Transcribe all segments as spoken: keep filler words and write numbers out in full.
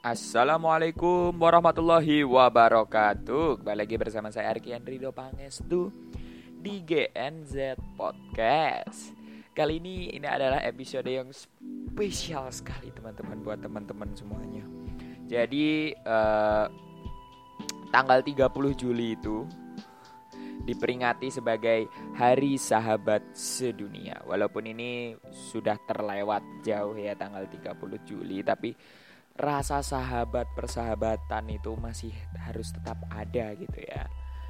Assalamualaikum warahmatullahi wabarakatuh. Kembali lagi bersama saya Arkian Rido Pangestu di G N Z Podcast. Kali ini ini adalah episode yang spesial sekali teman-teman, buat teman-teman semuanya. Jadi eh, tanggal tiga puluh Juli itu diperingati sebagai Hari Sahabat Sedunia. Walaupun ini sudah terlewat jauh ya tanggal tiga puluh Juli, tapi rasa sahabat persahabatan itu masih harus tetap ada gitu ya.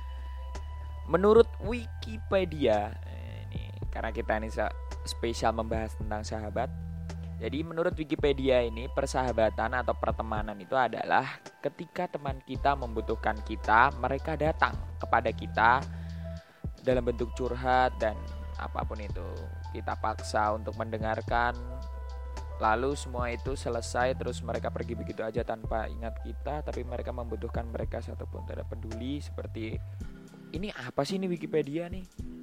Menurut Wikipedia, ini karena kita ini spesial membahas tentang sahabat. Jadi menurut Wikipedia ini persahabatan atau pertemanan itu adalah ketika teman kita membutuhkan kita, mereka datang kepada kita dalam bentuk curhat dan apapun itu. Kita paksa untuk mendengarkan. Lalu semua itu selesai, terus mereka pergi begitu aja tanpa ingat kita. Tapi mereka membutuhkan mereka satupun tidak peduli. Seperti ini apa sih ini Wikipedia nih?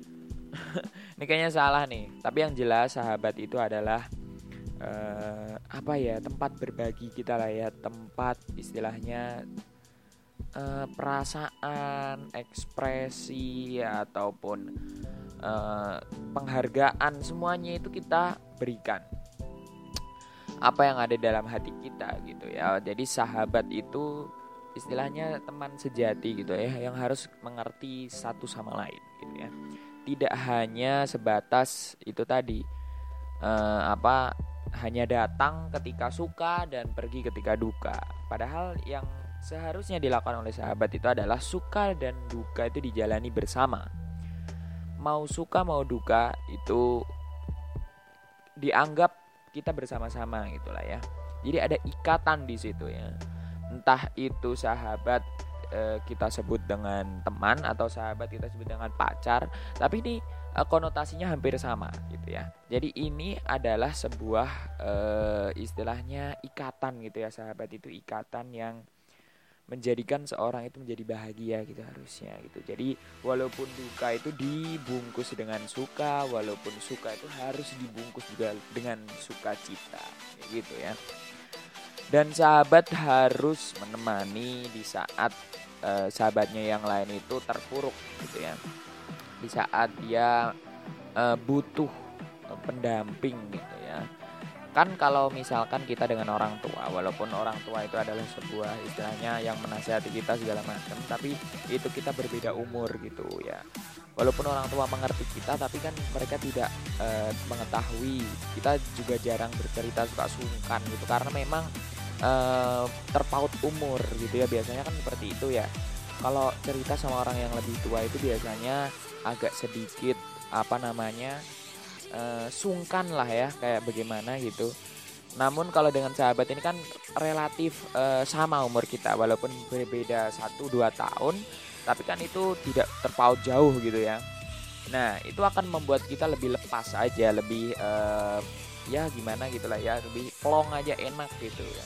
Ini kayaknya salah nih. Tapi yang jelas sahabat itu adalah uh, apa ya, tempat berbagi kita lah ya. Tempat istilahnya uh, perasaan, ekspresi ya, ataupun uh, penghargaan, semuanya itu kita berikan apa yang ada dalam hati kita gitu ya. Jadi sahabat itu istilahnya teman sejati gitu ya, yang harus mengerti satu sama lain gitu ya. Tidak hanya sebatas itu tadi eh, apa hanya datang ketika suka dan pergi ketika duka. Padahal yang seharusnya dilakukan oleh sahabat itu adalah suka dan duka itu dijalani bersama. Mau suka mau duka itu dianggap kita bersama-sama gitulah ya. Jadi ada ikatan di situ ya. Entah itu sahabat e, kita sebut dengan teman atau sahabat kita sebut dengan pacar, tapi ini e, konotasinya hampir sama gitu ya. Jadi ini adalah sebuah e, istilahnya ikatan gitu ya. Sahabat itu ikatan yang menjadikan seorang itu menjadi bahagia gitu harusnya gitu. Jadi walaupun duka itu dibungkus dengan suka, walaupun suka itu harus dibungkus juga dengan sukacita gitu ya. Dan sahabat harus menemani di saat uh, sahabatnya yang lain itu terpuruk gitu ya. Di saat dia uh, butuh uh, pendamping gitu ya. Kan kalau misalkan kita dengan orang tua, walaupun orang tua itu adalah sebuah istilahnya yang menasihati kita segala macam, tapi itu kita berbeda umur gitu ya. Walaupun orang tua mengerti kita, tapi kan mereka tidak e, mengetahui. Kita juga jarang bercerita, suka sungkan gitu, karena memang e, terpaut umur gitu ya. Biasanya kan seperti itu ya. Kalau cerita sama orang yang lebih tua itu biasanya agak sedikit apa namanya Uh, sungkan lah ya, kayak bagaimana gitu. Namun kalau dengan sahabat ini kan relatif uh, sama umur kita, walaupun berbeda satu dua tahun, tapi kan itu tidak terpaut jauh gitu ya. Nah itu akan membuat kita lebih lepas aja, lebih uh, ya gimana gitulah ya, lebih plong aja, enak gitu ya.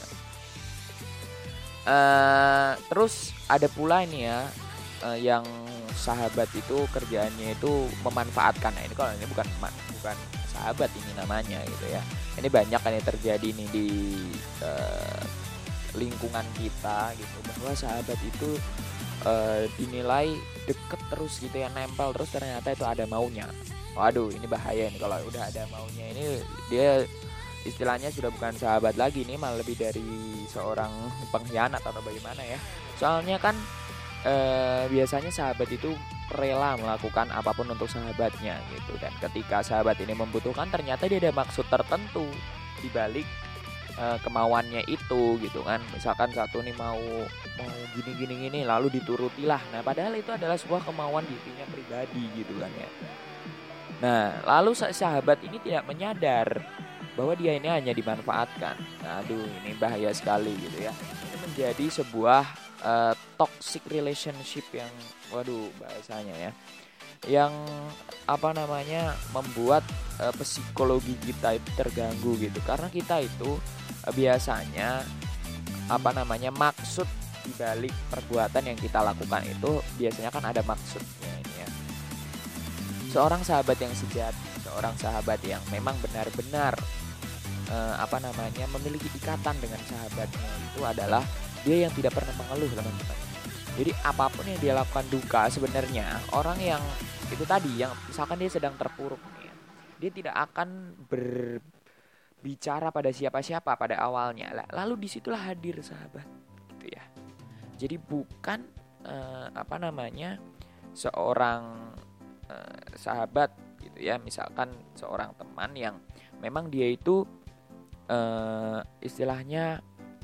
Uh, terus ada pula ini ya, uh, yang sahabat itu kerjaannya itu memanfaatkan. Nah ini kalau ini bukan bukan sahabat ini namanya gitu ya. Ini banyak kan yang terjadi nih di uh, lingkungan kita gitu, bahwa sahabat itu uh, dinilai deket terus gitu ya, nempel terus, ternyata itu ada maunya. Waduh ini bahaya nih kalau udah ada maunya. Ini dia istilahnya sudah bukan sahabat lagi, ini malah lebih dari seorang pengkhianat atau bagaimana ya. Soalnya kan Eh, biasanya sahabat itu rela melakukan apapun untuk sahabatnya gitu. Dan ketika sahabat ini membutuhkan, ternyata dia ada maksud tertentu di balik eh, kemauannya itu gitu kan. Misalkan satu nih mau mau gini gini gini lalu diturutilah. Nah padahal itu adalah sebuah kemauan dirinya pribadi gitu kan ya. Nah lalu sahabat ini tidak menyadar bahwa dia ini hanya dimanfaatkan. Nah, aduh ini bahaya sekali gitu ya. Ini menjadi sebuah Uh, toxic relationship yang waduh bahasanya ya, yang apa namanya membuat uh, psikologi kita itu terganggu gitu, karena kita itu uh, biasanya apa namanya maksud dibalik perbuatan yang kita lakukan itu biasanya kan ada maksudnya ini ya. Seorang sahabat yang sejati, seorang sahabat yang memang benar-benar uh, apa namanya memiliki ikatan dengan sahabatnya itu adalah dia yang tidak pernah mengeluh, teman-teman. Jadi apapun yang dia lakukan duka, sebenarnya orang yang itu tadi, yang misalkan dia sedang terpuruk nih, dia tidak akan berbicara pada siapa-siapa pada awalnya. Lalu disitulah hadir sahabat, gitu ya. Jadi bukan uh, apa namanya seorang uh, sahabat, gitu ya. Misalkan seorang teman yang memang dia itu uh, istilahnya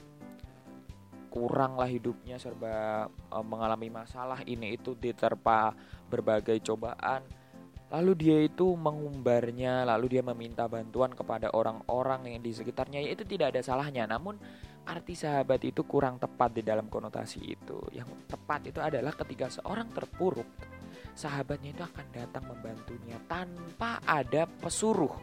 kurang lah hidupnya, serba uh, mengalami masalah ini itu, diterpa berbagai cobaan, lalu dia itu mengumbarnya, lalu dia meminta bantuan kepada orang-orang yang di sekitarnya, ya itu tidak ada salahnya. Namun arti sahabat itu kurang tepat di dalam konotasi itu. Yang tepat itu adalah ketika seorang terpuruk, sahabatnya itu akan datang membantunya tanpa ada pesuruh,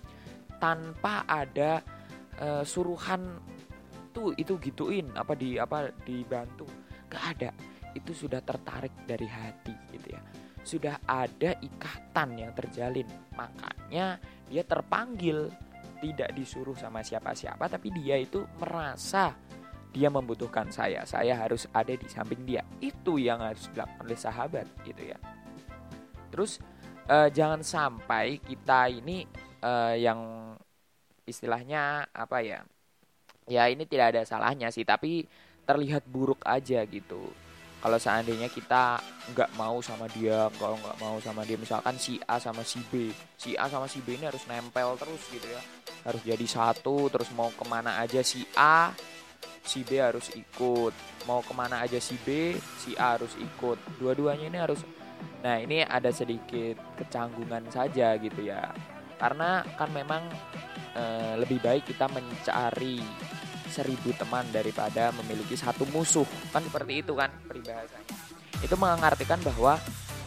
tanpa ada uh, suruhan tuh itu gituin apa di apa dibantu, gak ada. Itu sudah tertarik dari hati, gitu ya. Sudah ada ikatan yang terjalin, makanya dia terpanggil, tidak disuruh sama siapa-siapa, tapi dia itu merasa dia membutuhkan saya, saya harus ada di samping dia. Itu yang harus dilakukan oleh sahabat, gitu ya. Terus eh, jangan sampai kita ini eh, yang istilahnya apa ya? Ya ini tidak ada salahnya sih, tapi terlihat buruk aja gitu. Kalau seandainya kita nggak mau sama dia, kalau nggak mau sama dia, misalkan si A sama si B, si A sama si B ini harus nempel terus gitu ya, harus jadi satu, terus mau kemana aja si A, si B harus ikut, mau kemana aja si B, si A harus ikut, dua-duanya ini harus. Nah ini ada sedikit kecanggungan saja gitu ya, karena kan memang e, lebih baik kita mencari seribu teman daripada memiliki satu musuh, kan seperti itu kan peribahasanya. Itu mengartikan bahwa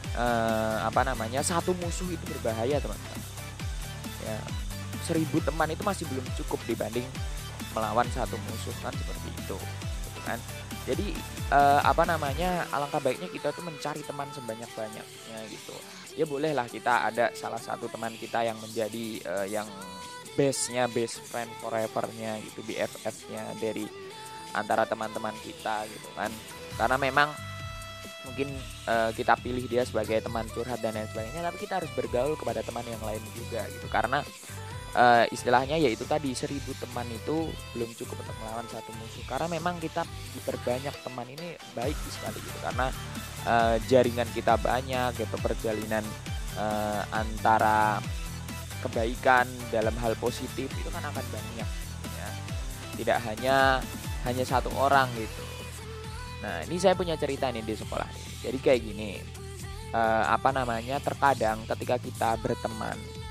eh, apa namanya satu musuh itu berbahaya, teman-teman. Ya, seribu teman itu masih belum cukup dibanding melawan satu musuh, kan seperti itu, gitu kan. Jadi eh, apa namanya alangkah baiknya kita tuh mencari teman sebanyak-banyaknya gitu. Ya bolehlah kita ada salah satu teman kita yang menjadi eh, yang best-nya, best friend forever-nya gitu, B F F-nya dari antara teman-teman kita gitu kan. Karena memang mungkin uh, kita pilih dia sebagai teman curhat dan lain sebagainya, tapi kita harus bergaul kepada teman yang lain juga gitu. Karena uh, istilahnya yaitu tadi, seribu teman itu belum cukup untuk melawan satu musuh. Karena memang kita diperbanyak teman ini baik sekali gitu. Karena uh, jaringan kita banyak gitu, perjalinan uh, antara kebaikan dalam hal positif itu kan akan banyak ya. Tidak hanya hanya satu orang gitu. Nah ini saya punya cerita nih di sekolah nih. Jadi kayak gini, eh, apa namanya terkadang ketika kita berteman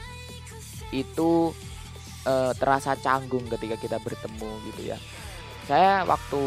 itu eh, terasa canggung ketika kita bertemu gitu ya. Saya waktu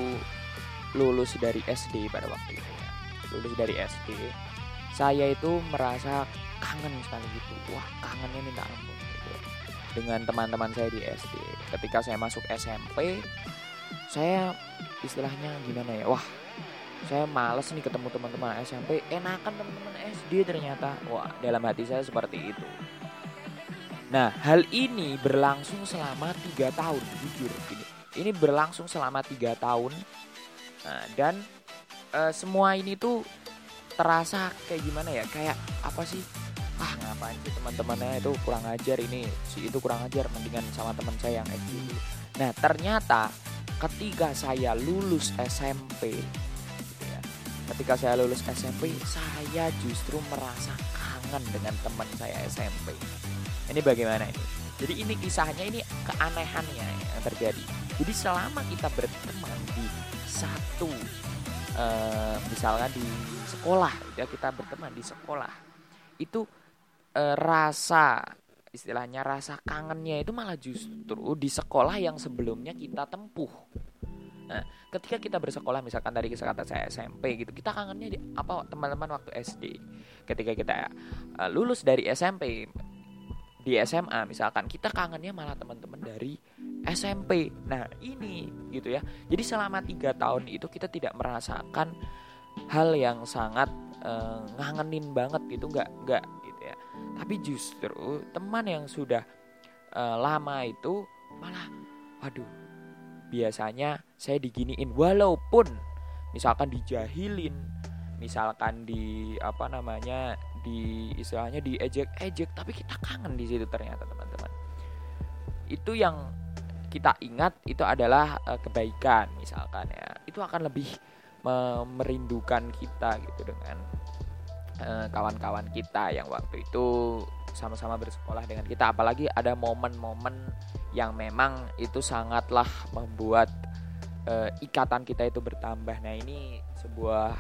lulus dari S D pada waktu itu ya, lulus dari S D, saya itu merasa kangen sekali gitu. Wah kangennya minta ampun gitu dengan teman-teman saya di S D. Ketika saya masuk S M P, saya istilahnya gimana ya, wah saya males nih ketemu teman-teman S M P, enakan teman-teman S D ternyata. Wah dalam hati saya seperti itu. Nah hal ini berlangsung selama tiga tahun, jujur ini ini berlangsung selama tiga tahun. Nah, dan e, semua ini tuh terasa kayak gimana ya, kayak apa sih, ah ngapain sih teman-temannya itu kurang ajar, ini si itu kurang ajar, mendingan sama teman saya yang S D. Nah ternyata ketika saya lulus S M P gitu ya, ketika saya lulus S M P saya justru merasa kangen dengan teman saya S M P. Ini bagaimana ini? Jadi ini kisahnya, ini keanehannya yang terjadi. Jadi selama kita berteman di satu uh, misalnya di sekolah ya, kita berteman di sekolah itu uh, rasa istilahnya rasa kangennya itu malah justru di sekolah yang sebelumnya kita tempuh. Nah, ketika kita bersekolah, misalkan tadi kata saya S M P gitu, kita kangennya di, apa teman-teman waktu S D. Ketika kita uh, lulus dari S M P, di S M A misalkan, kita kangennya malah teman-teman dari S M P. Nah ini gitu ya. Jadi selama tiga tahun itu kita tidak merasakan hal yang sangat uh, ngangenin banget gitu, nggak nggak gitu ya. Tapi justru teman yang sudah uh, lama itu malah waduh, biasanya saya diginiin walaupun misalkan dijahilin, misalkan di apa namanya di istilahnya diejek-ejek, tapi kita kangen di situ ternyata teman-teman. Itu yang kita ingat itu adalah uh, kebaikan misalkan ya. Itu akan lebih me- merindukan kita gitu dengan uh, kawan-kawan kita yang waktu itu sama-sama bersekolah dengan kita. Apalagi ada momen-momen yang memang itu sangatlah membuat uh, ikatan kita itu bertambah. Nah, ini sebuah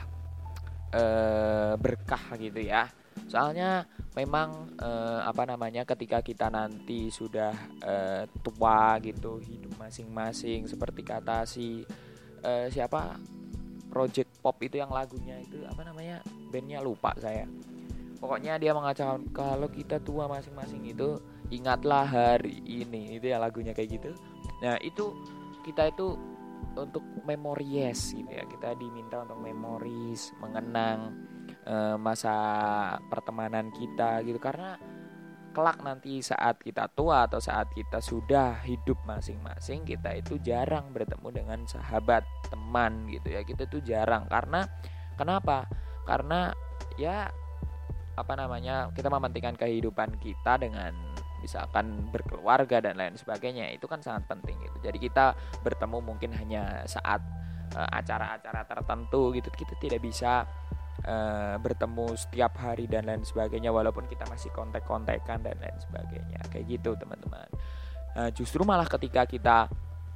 uh, berkah gitu ya. Soalnya memang eh, apa namanya ketika kita nanti sudah eh, tua gitu, hidup masing-masing, seperti kata si eh, siapa Project Pop itu yang lagunya itu apa namanya, bandnya lupa saya. Pokoknya dia mengatakan kalau kita tua masing-masing itu ingatlah hari ini, itu ya lagunya kayak gitu. Nah itu kita itu untuk memories gitu ya, kita diminta untuk memories, mengenang masa pertemanan kita gitu, karena kelak nanti saat kita tua atau saat kita sudah hidup masing-masing, kita itu jarang bertemu dengan sahabat, teman gitu ya. Kita tuh jarang, karena kenapa? Karena ya apa namanya kita mementingkan kehidupan kita dengan misalkan berkeluarga dan lain sebagainya, itu kan sangat penting gitu. Jadi kita bertemu mungkin hanya saat uh, acara-acara tertentu gitu, kita tidak bisa Uh, bertemu setiap hari dan lain sebagainya, walaupun kita masih kontak-kontakan dan lain sebagainya kayak gitu teman-teman. Uh, justru malah ketika kita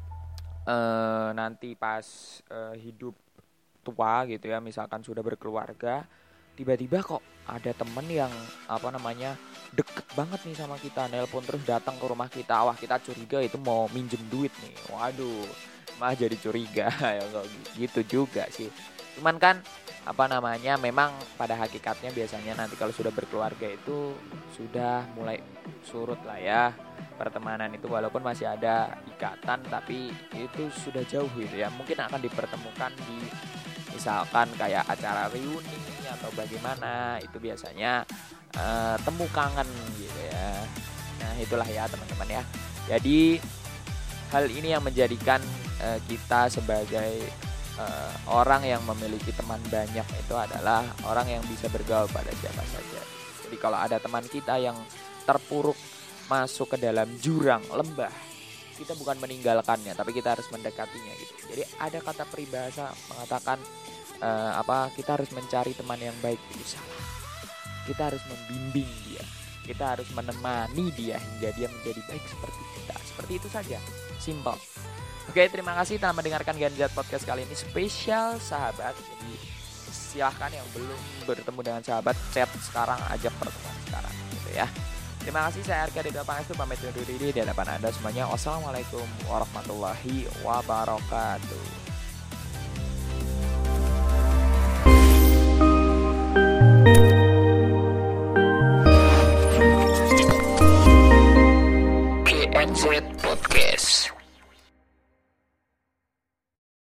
uh, nanti pas uh, hidup tua gitu ya, misalkan sudah berkeluarga, tiba-tiba kok ada temen yang apa namanya deket banget nih sama kita, nelpon terus datang ke rumah kita, wah kita curiga itu mau minjem duit nih, waduh malah jadi curiga ya nggak gitu juga sih. Cuman kan apa namanya memang pada hakikatnya biasanya nanti kalau sudah berkeluarga itu sudah mulai surut lah ya pertemanan itu, walaupun masih ada ikatan tapi itu sudah jauh gitu ya. Mungkin akan dipertemukan di misalkan kayak acara reuni atau bagaimana, itu biasanya uh, temu kangen gitu ya. Nah itulah ya teman-teman ya. Jadi hal ini yang menjadikan uh, kita sebagai Uh, orang yang memiliki teman banyak itu adalah orang yang bisa bergaul pada siapa saja. Jadi kalau ada teman kita yang terpuruk masuk ke dalam jurang lembah, kita bukan meninggalkannya, tapi kita harus mendekatinya gitu. Jadi ada kata peribahasa mengatakan uh, apa kita harus mencari teman yang baik, itu salah. Kita harus membimbing dia, kita harus menemani dia hingga dia menjadi baik seperti kita. Seperti itu saja, simple. Oke, terima kasih telah mendengarkan Ganjat Podcast kali ini spesial sahabat. Jadi silahkan yang belum bertemu dengan sahabat, chat sekarang, ajak pertemuan sekarang gitu ya. Terima kasih, saya Arka Ridho Pangestu pamit undur diri di hadapan Anda semuanya. Wassalamualaikum warahmatullahi wabarakatuh.